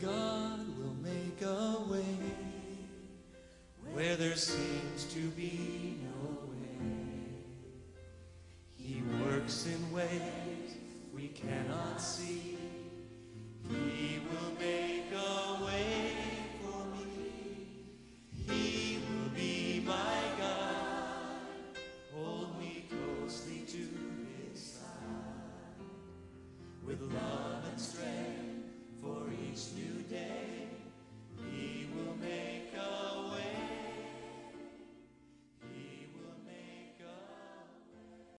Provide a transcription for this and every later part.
God will make a way where there seems to be no way. He works in ways we cannot see. He will make a way for me. He will be my God. Hold me closely to his side. With love and strength for each new day, he will make a way. He will make a way.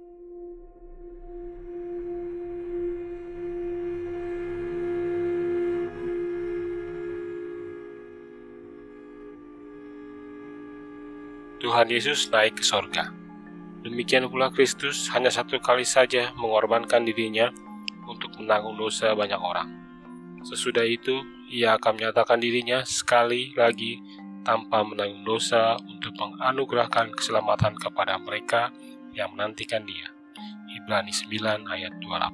Tuhan Yesus naik ke sorga. Demikian pula Kristus hanya satu kali saja mengorbankan dirinya untuk menanggung dosa banyak orang. Sesudah itu, ia akan menyatakan dirinya sekali lagi tanpa menanggung dosa untuk menganugerahkan keselamatan kepada mereka yang menantikan dia. Ibrani 9 ayat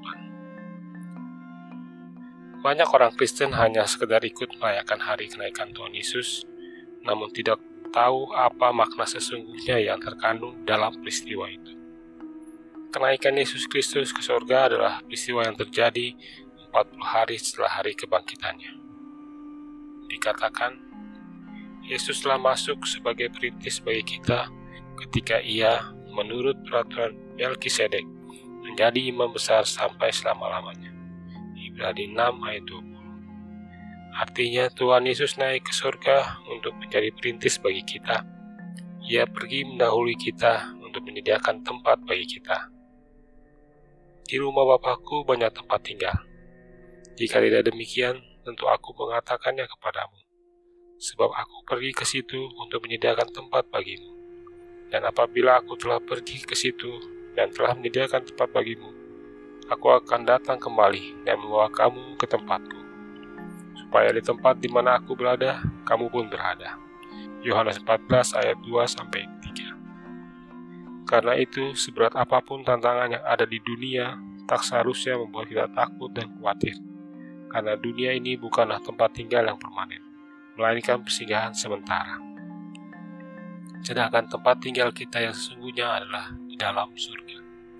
28. Banyak orang Kristen hanya sekedar ikut merayakan hari kenaikan Tuhan Yesus, namun tidak tahu apa makna sesungguhnya yang terkandung dalam peristiwa itu. Kenaikan Yesus Kristus ke surga adalah peristiwa yang terjadi 40 hari setelah hari kebangkitannya. Dikatakan, Yesus telah masuk sebagai perintis bagi kita ketika ia, menurut peraturan Melkisedek, menjadi imam besar sampai selama-lamanya. Ibrani 6 ayat 20. Artinya Tuhan Yesus naik ke surga untuk menjadi perintis bagi kita. Ia pergi mendahului kita untuk menyediakan tempat bagi kita. Di rumah Bapakku banyak tempat tinggal. Jika tidak demikian, tentu aku mengatakannya kepadamu. Sebab aku pergi ke situ untuk menyediakan tempat bagimu. Dan apabila aku telah pergi ke situ dan telah menyediakan tempat bagimu, aku akan datang kembali dan membawa kamu ke tempatku, supaya di tempat di mana aku berada, kamu pun berada. Yohanes 14 ayat 2-3. Karena itu, seberat apapun tantangan yang ada di dunia, tak seharusnya membuat kita takut dan khawatir. Karena dunia ini bukanlah tempat tinggal yang permanen, melainkan persinggahan sementara. Sedangkan tempat tinggal kita yang sesungguhnya adalah di dalam surga.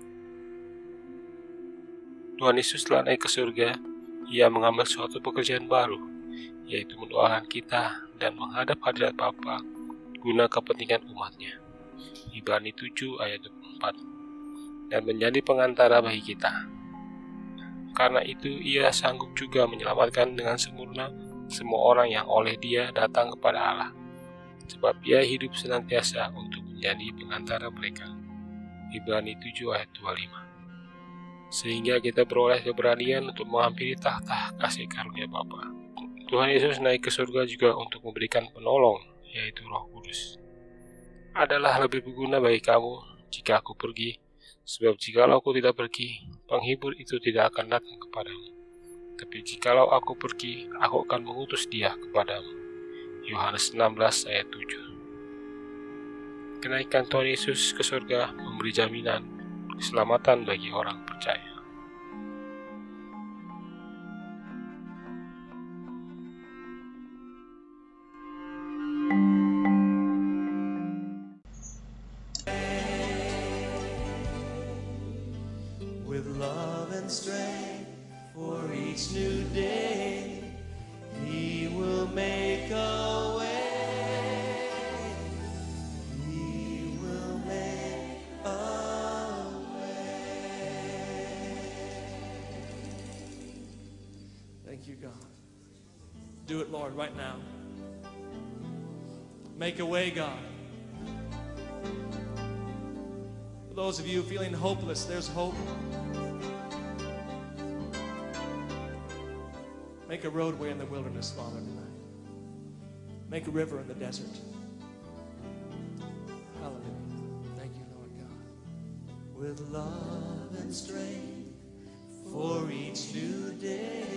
Tuhan Yesus telah naik ke surga. Ia mengambil suatu pekerjaan baru, yaitu mendoakan kita dan menghadap hadirat Bapa guna kepentingan umatnya. Ibrani 7 ayat 24. Dan menjadi pengantara bagi kita. Karena itu ia sanggup juga menyelamatkan dengan sempurna semua orang yang oleh dia datang kepada Allah. Sebab ia hidup senantiasa untuk menjadi pengantara mereka. Ibrani 7 ayat 25. Sehingga kita beroleh keberanian untuk menghampiri tahta kasih karunia Bapa. Tuhan Yesus naik ke surga juga untuk memberikan penolong, yaitu Roh Kudus. Adalah lebih berguna bagi kamu jika aku pergi, sebab jikalau aku tidak pergi, penghibur itu tidak akan datang kepadamu. Tapi jikalau aku pergi, aku akan mengutus dia kepadamu. Yohanes 16 ayat 7. Kenaikan Tuhan Yesus ke surga memberi jaminan keselamatan bagi orang percaya. With love and strength for each new day, he will make a way. He will make a way. Thank you, God. Do it, Lord, right now. Make a way, God. For those of you feeling hopeless, there's hope. Make a roadway in the wilderness, Father, tonight. Make a river in the desert. Hallelujah. Thank you, Lord God. With love and strength for each new day,